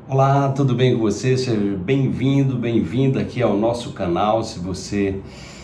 Olá, tudo bem com você? Seja bem-vindo, bem-vinda aqui ao nosso canal. Se você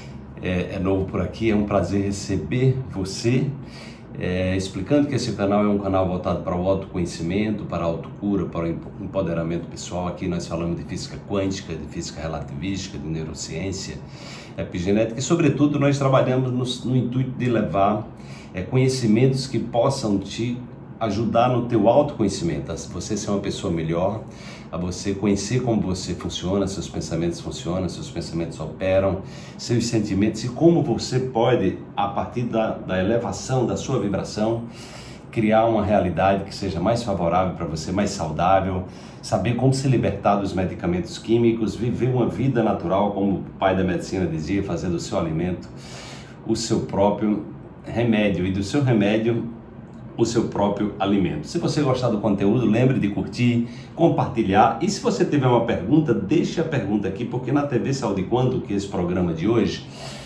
é novo por aqui, é um prazer receber você. Explicando que esse canal é um canal voltado para o autoconhecimento, para a autocura, para o empoderamento pessoal. Aqui nós falamos de física quântica, de física relativística, de neurociência, epigenética e, sobretudo, nós trabalhamos no intuito de levar conhecimentos que possam te ajudar no teu autoconhecimento, a você ser uma pessoa melhor, a você conhecer como você funciona, seus pensamentos funcionam, seus pensamentos operam, seus sentimentos e como você pode, a partir da elevação da sua vibração, criar uma realidade que seja mais favorável para você, mais saudável, saber como se libertar dos medicamentos químicos, viver uma vida natural, como o pai da medicina dizia, fazendo o seu alimento o seu próprio remédio e do seu remédio o seu próprio alimento. Se você gostar do conteúdo, lembre de curtir, compartilhar e se você tiver uma pergunta, deixe a pergunta aqui, porque na TV Saúde Quanto, que é esse programa de hoje,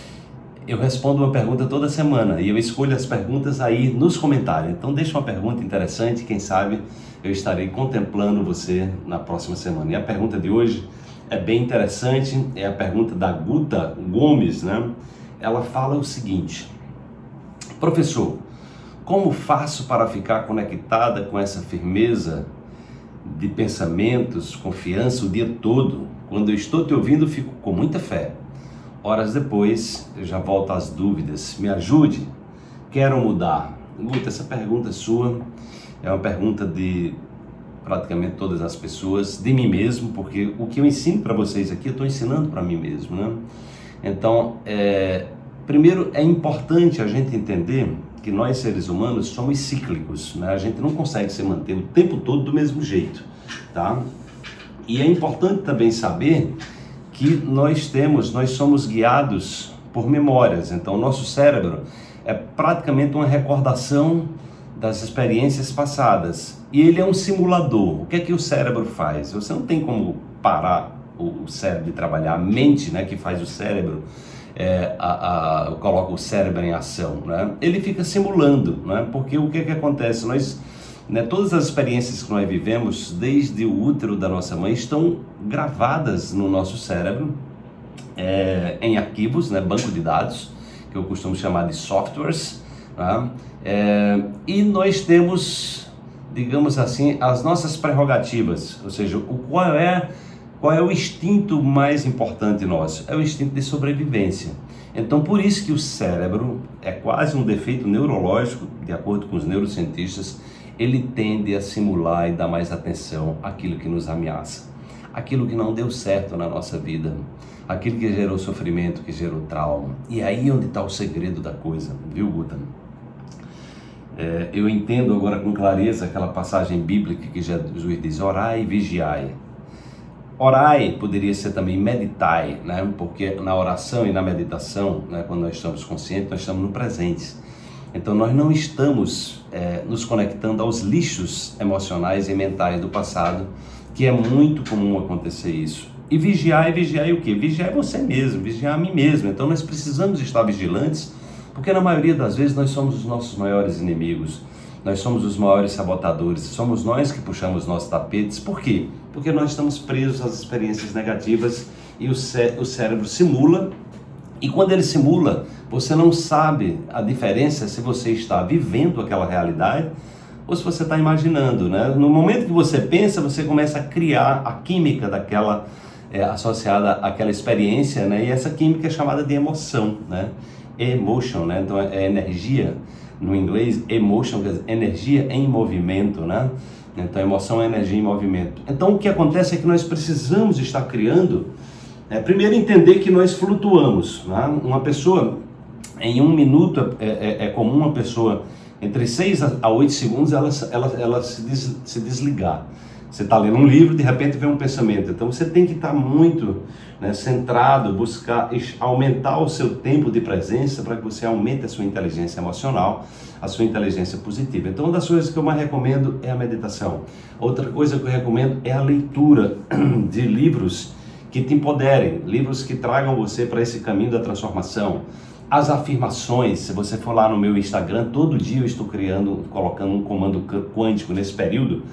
eu respondo uma pergunta toda semana e eu escolho as perguntas aí nos comentários. Então deixa uma pergunta interessante, quem sabe eu estarei contemplando você na próxima semana. E a pergunta de hoje é bem interessante, é a pergunta da Guta Gomes, né? Ela fala o seguinte: professor, como faço para ficar conectada com essa firmeza de pensamentos, confiança o dia todo? Quando eu estou te ouvindo, fico com muita fé. Horas depois, eu já volto às dúvidas. Me ajude. Quero mudar. Guta, essa pergunta sua é uma pergunta de praticamente todas as pessoas, de mim mesmo, porque o que eu ensino para vocês aqui, eu estou ensinando para mim mesmo, né? Então, primeiro é importante a gente entender que nós seres humanos somos cíclicos, né? A gente não consegue se manter o tempo todo do mesmo jeito, tá? E é importante também saber que nós somos guiados por memórias. Então, o nosso cérebro é praticamente uma recordação das experiências passadas e ele é um simulador. O que é que o cérebro faz? Você não tem como parar o cérebro de trabalhar, a mente, né, que faz o cérebro coloca o cérebro em ação, né? Ele fica simulando, né? Porque o que acontece? Nós, né, todas as experiências que nós vivemos desde o útero da nossa mãe estão gravadas no nosso cérebro em arquivos, né, banco de dados, que eu costumo chamar de softwares, né? E nós temos, digamos assim, as nossas prerrogativas, ou seja, qual é o instinto mais importante nosso? É o instinto de sobrevivência. Então, por isso que o cérebro é quase um defeito neurológico, de acordo com os neurocientistas, ele tende a simular e dar mais atenção àquilo que nos ameaça, aquilo que não deu certo na nossa vida, aquilo que gerou sofrimento, que gerou trauma. E aí é onde está o segredo da coisa, viu, Guta? Eu entendo agora com clareza aquela passagem bíblica que Jesus diz: orai e vigiai. Orai poderia ser também meditai, né? Porque na oração e na meditação, né, quando nós estamos conscientes, nós estamos no presente. Então nós não estamos nos conectando aos lixos emocionais e mentais do passado, que é muito comum acontecer isso. E vigiar o quê? Vigiar você mesmo, vigiar a mim mesmo. Então nós precisamos estar vigilantes, porque na maioria das vezes nós somos os nossos maiores inimigos. Nós somos os maiores sabotadores, somos nós que puxamos nossos tapetes. Por quê? Porque nós estamos presos às experiências negativas e o cérebro simula. E quando ele simula, você não sabe a diferença se você está vivendo aquela realidade ou se você está imaginando, né? No momento que você pensa, você começa a criar a química daquela associada àquela experiência, né? E essa química é chamada de emoção, né? Emotion, né? Então é energia. No inglês, emotion, quer dizer, energia em movimento, né? Então, emoção é energia em movimento. Então, o que acontece é que nós precisamos estar criando, primeiro entender que nós flutuamos, né? Uma pessoa, em um minuto, é comum uma pessoa, entre 6 a 8 segundos, ela se desligar. Você está lendo um livro, de repente vem um pensamento. Então você tem que estar muito, né, centrado, buscar aumentar o seu tempo de presença para que você aumente a sua inteligência emocional, a sua inteligência positiva. Então uma das coisas que eu mais recomendo é a meditação. Outra coisa que eu recomendo é a leitura de livros que te empoderem, livros que tragam você para esse caminho da transformação. As afirmações, se você for lá no meu Instagram, todo dia eu estou colocando um comando quântico nesse período,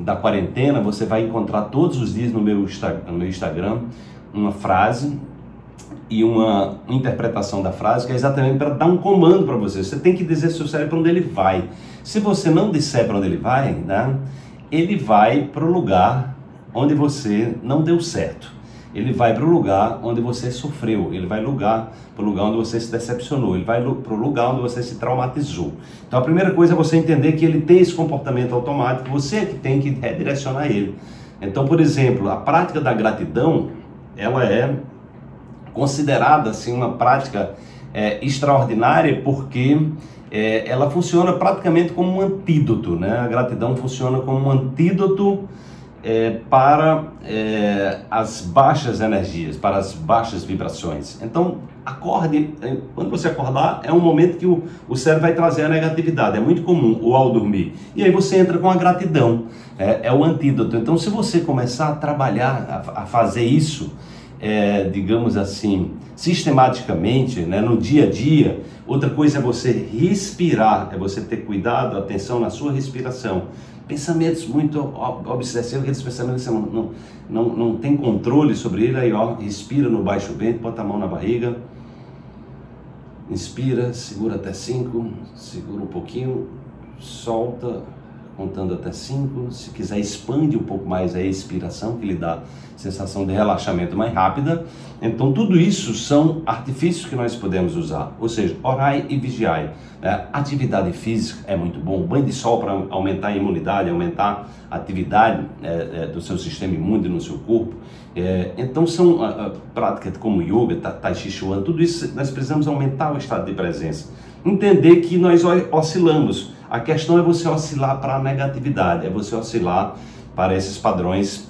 da quarentena, você vai encontrar todos os dias no meu Instagram uma frase e uma interpretação da frase que é exatamente para dar um comando para você. Você tem que dizer ao seu cérebro para onde ele vai. Se você não disser para onde ele vai, né, ele vai para o lugar onde você não deu certo. Ele vai para o lugar onde você sofreu, ele vai para o lugar onde você se decepcionou, ele vai para o lugar onde você se traumatizou. Então a primeira coisa é você entender que ele tem esse comportamento automático, você é que tem que redirecionar ele. Então, por exemplo, a prática da gratidão, ela é considerada assim, uma prática extraordinária porque ela funciona praticamente como um antídoto, né? A gratidão funciona como um antídoto para as baixas energias, para as baixas vibrações. Então, acorde, quando você acordar, é um momento que o cérebro vai trazer a negatividade, é muito comum, ou ao dormir. E aí você entra com a gratidão, é o antídoto. Então, se você começar a trabalhar, a fazer isso, digamos assim, sistematicamente, né, no dia a dia. Outra coisa é você respirar, é você ter cuidado, atenção na sua respiração. Pensamentos muito obsessivos, aqueles pensamentos que você não tem controle sobre ele, aí respira no baixo ventre, bota a mão na barriga, inspira, segura até 5, segura um pouquinho, solta, contando até 5, se quiser expande um pouco mais a expiração, que lhe dá sensação de relaxamento mais rápida. Então tudo isso são artifícios que nós podemos usar, ou seja, orai e vigiai. Atividade física é muito bom, banho de sol para aumentar a imunidade, aumentar a atividade do seu sistema imune no seu corpo. Então são práticas como yoga, tai chi chuan, tudo isso nós precisamos aumentar o estado de presença. Entender que nós oscilamos. A questão é você oscilar para a negatividade, é você oscilar para esses padrões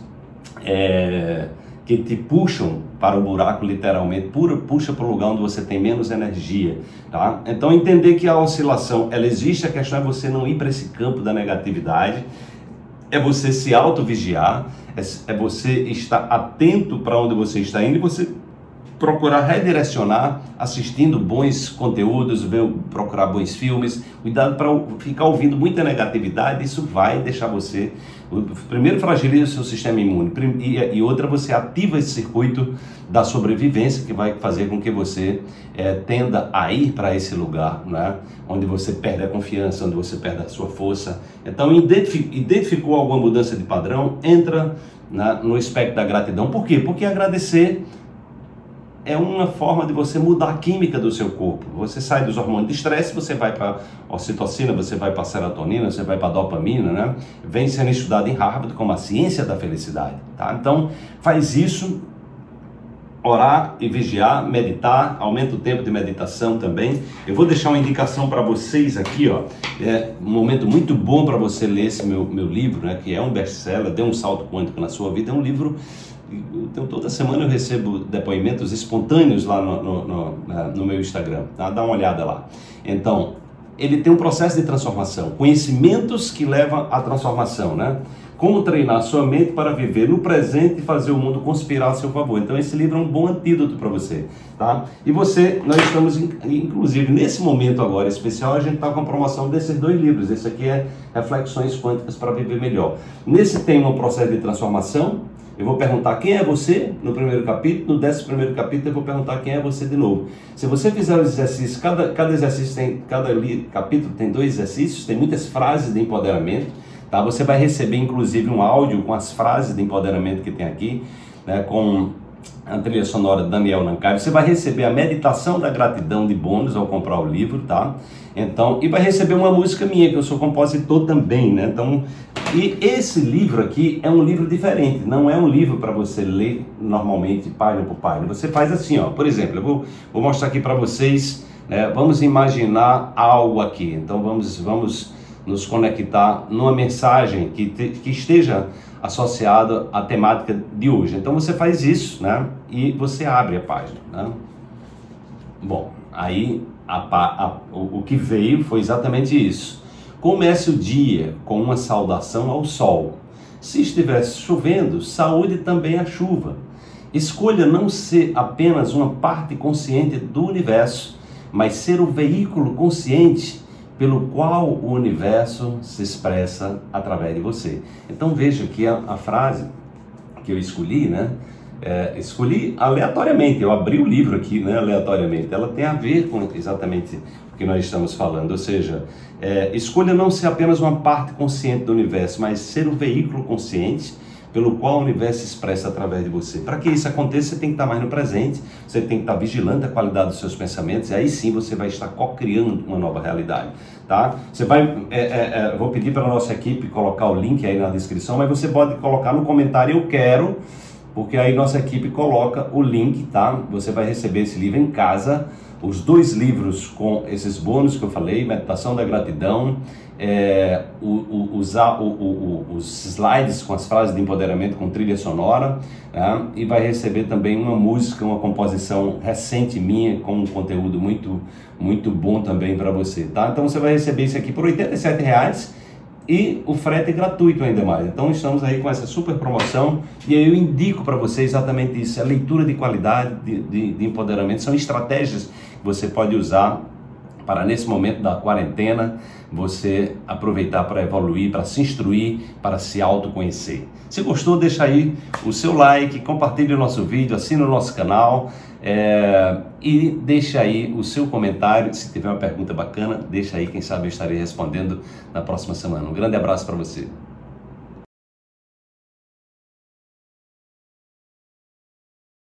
que te puxam para o buraco, literalmente, puxa para o lugar onde você tem menos energia, tá? Então entender que a oscilação, ela existe, a questão é você não ir para esse campo da negatividade, é você se auto-vigiar, é você estar atento para onde você está indo e você procurar redirecionar assistindo bons conteúdos, procurar bons filmes. Cuidado para ficar ouvindo muita negatividade, isso vai deixar você, primeiro fragiliza o seu sistema imune e outra, você ativa esse circuito da sobrevivência que vai fazer com que você tenda a ir para esse lugar, né? Onde você perde a confiança, onde você perde a sua força. Então identificou alguma mudança de padrão, entra no espectro da gratidão. Por quê? Porque agradecer é uma forma de você mudar a química do seu corpo. Você sai dos hormônios de estresse, você vai para a ocitocina, você vai para a serotonina, você vai para a dopamina, né? Vem sendo estudado em Harvard como a ciência da felicidade, tá? Então, faz isso, orar e vigiar, meditar, aumenta o tempo de meditação também. Eu vou deixar uma indicação para vocês aqui, ó. É um momento muito bom para você ler esse meu livro, né? Que é um best-seller, Dê um Salto Quântico na Sua Vida. É um livro. Então, toda semana eu recebo depoimentos espontâneos lá no meu Instagram, tá? Dá uma olhada lá. Então, ele tem um processo de transformação, conhecimentos que levam à transformação, né? Como treinar a sua mente para viver no presente e fazer o mundo conspirar a seu favor. Então, esse livro é um bom antídoto para você, tá? E nós estamos, inclusive, nesse momento agora especial, a gente está com a promoção desses 2 livros. Esse aqui é Reflexões Quânticas para Viver Melhor. Nesse tem um processo de transformação. Eu vou perguntar quem é você no primeiro capítulo, no 11º capítulo eu vou perguntar quem é você de novo. Se você fizer os exercícios, cada exercício cada capítulo tem 2 exercícios, tem muitas frases de empoderamento, tá? Você vai receber inclusive um áudio com as frases de empoderamento que tem aqui, né, com a trilha sonora de Daniel Nankar. Você vai receber a meditação da gratidão de bônus ao comprar o livro, tá? Então, e vai receber uma música minha, que eu sou compositor também, né? Então, e esse livro aqui é um livro diferente, não é um livro para você ler normalmente página por página. Você faz assim, ó, por exemplo, eu vou mostrar aqui para vocês, né? Vamos imaginar algo aqui. Então vamos nos conectar numa mensagem que esteja associada à temática de hoje. Então você faz isso, né? E você abre a página, né? Bom, aí o que veio foi exatamente isso. Comece o dia com uma saudação ao sol. Se estivesse chovendo, saúde também a chuva. Escolha não ser apenas uma parte consciente do universo, mas ser o veículo consciente pelo qual o universo se expressa através de você. Então veja que a frase que eu escolhi, né? Escolhi aleatoriamente, eu abri o livro aqui, né, aleatoriamente. Ela tem a ver com exatamente o que nós estamos falando, ou seja, escolha não ser apenas uma parte consciente do universo, mas ser o veículo consciente pelo qual o universo se expressa através de você. Para que isso aconteça, você tem que estar mais no presente, você tem que estar vigilante da qualidade dos seus pensamentos, e aí sim você vai estar co-criando uma nova realidade, tá? Você vai, vou pedir para a nossa equipe colocar o link aí na descrição, mas você pode colocar no comentário "eu quero", porque aí nossa equipe coloca o link, tá? Você vai receber esse livro em casa, os 2 livros com esses bônus que eu falei, Meditação da Gratidão, os slides com as frases de empoderamento com trilha sonora, né? E vai receber também uma música, uma composição recente minha, com um conteúdo muito bom também para você, tá? Então você vai receber isso aqui por R$ 87,00 e o frete é gratuito ainda mais. Então estamos aí com essa super promoção e aí eu indico para você exatamente isso, a leitura de qualidade, de empoderamento, são estratégias que você pode usar para, nesse momento da quarentena, você aproveitar para evoluir, para se instruir, para se autoconhecer. Se gostou, deixa aí o seu like, compartilhe o nosso vídeo, assine o nosso canal e deixa aí o seu comentário. Se tiver uma pergunta bacana, deixa aí, quem sabe eu estarei respondendo na próxima semana. Um grande abraço para você.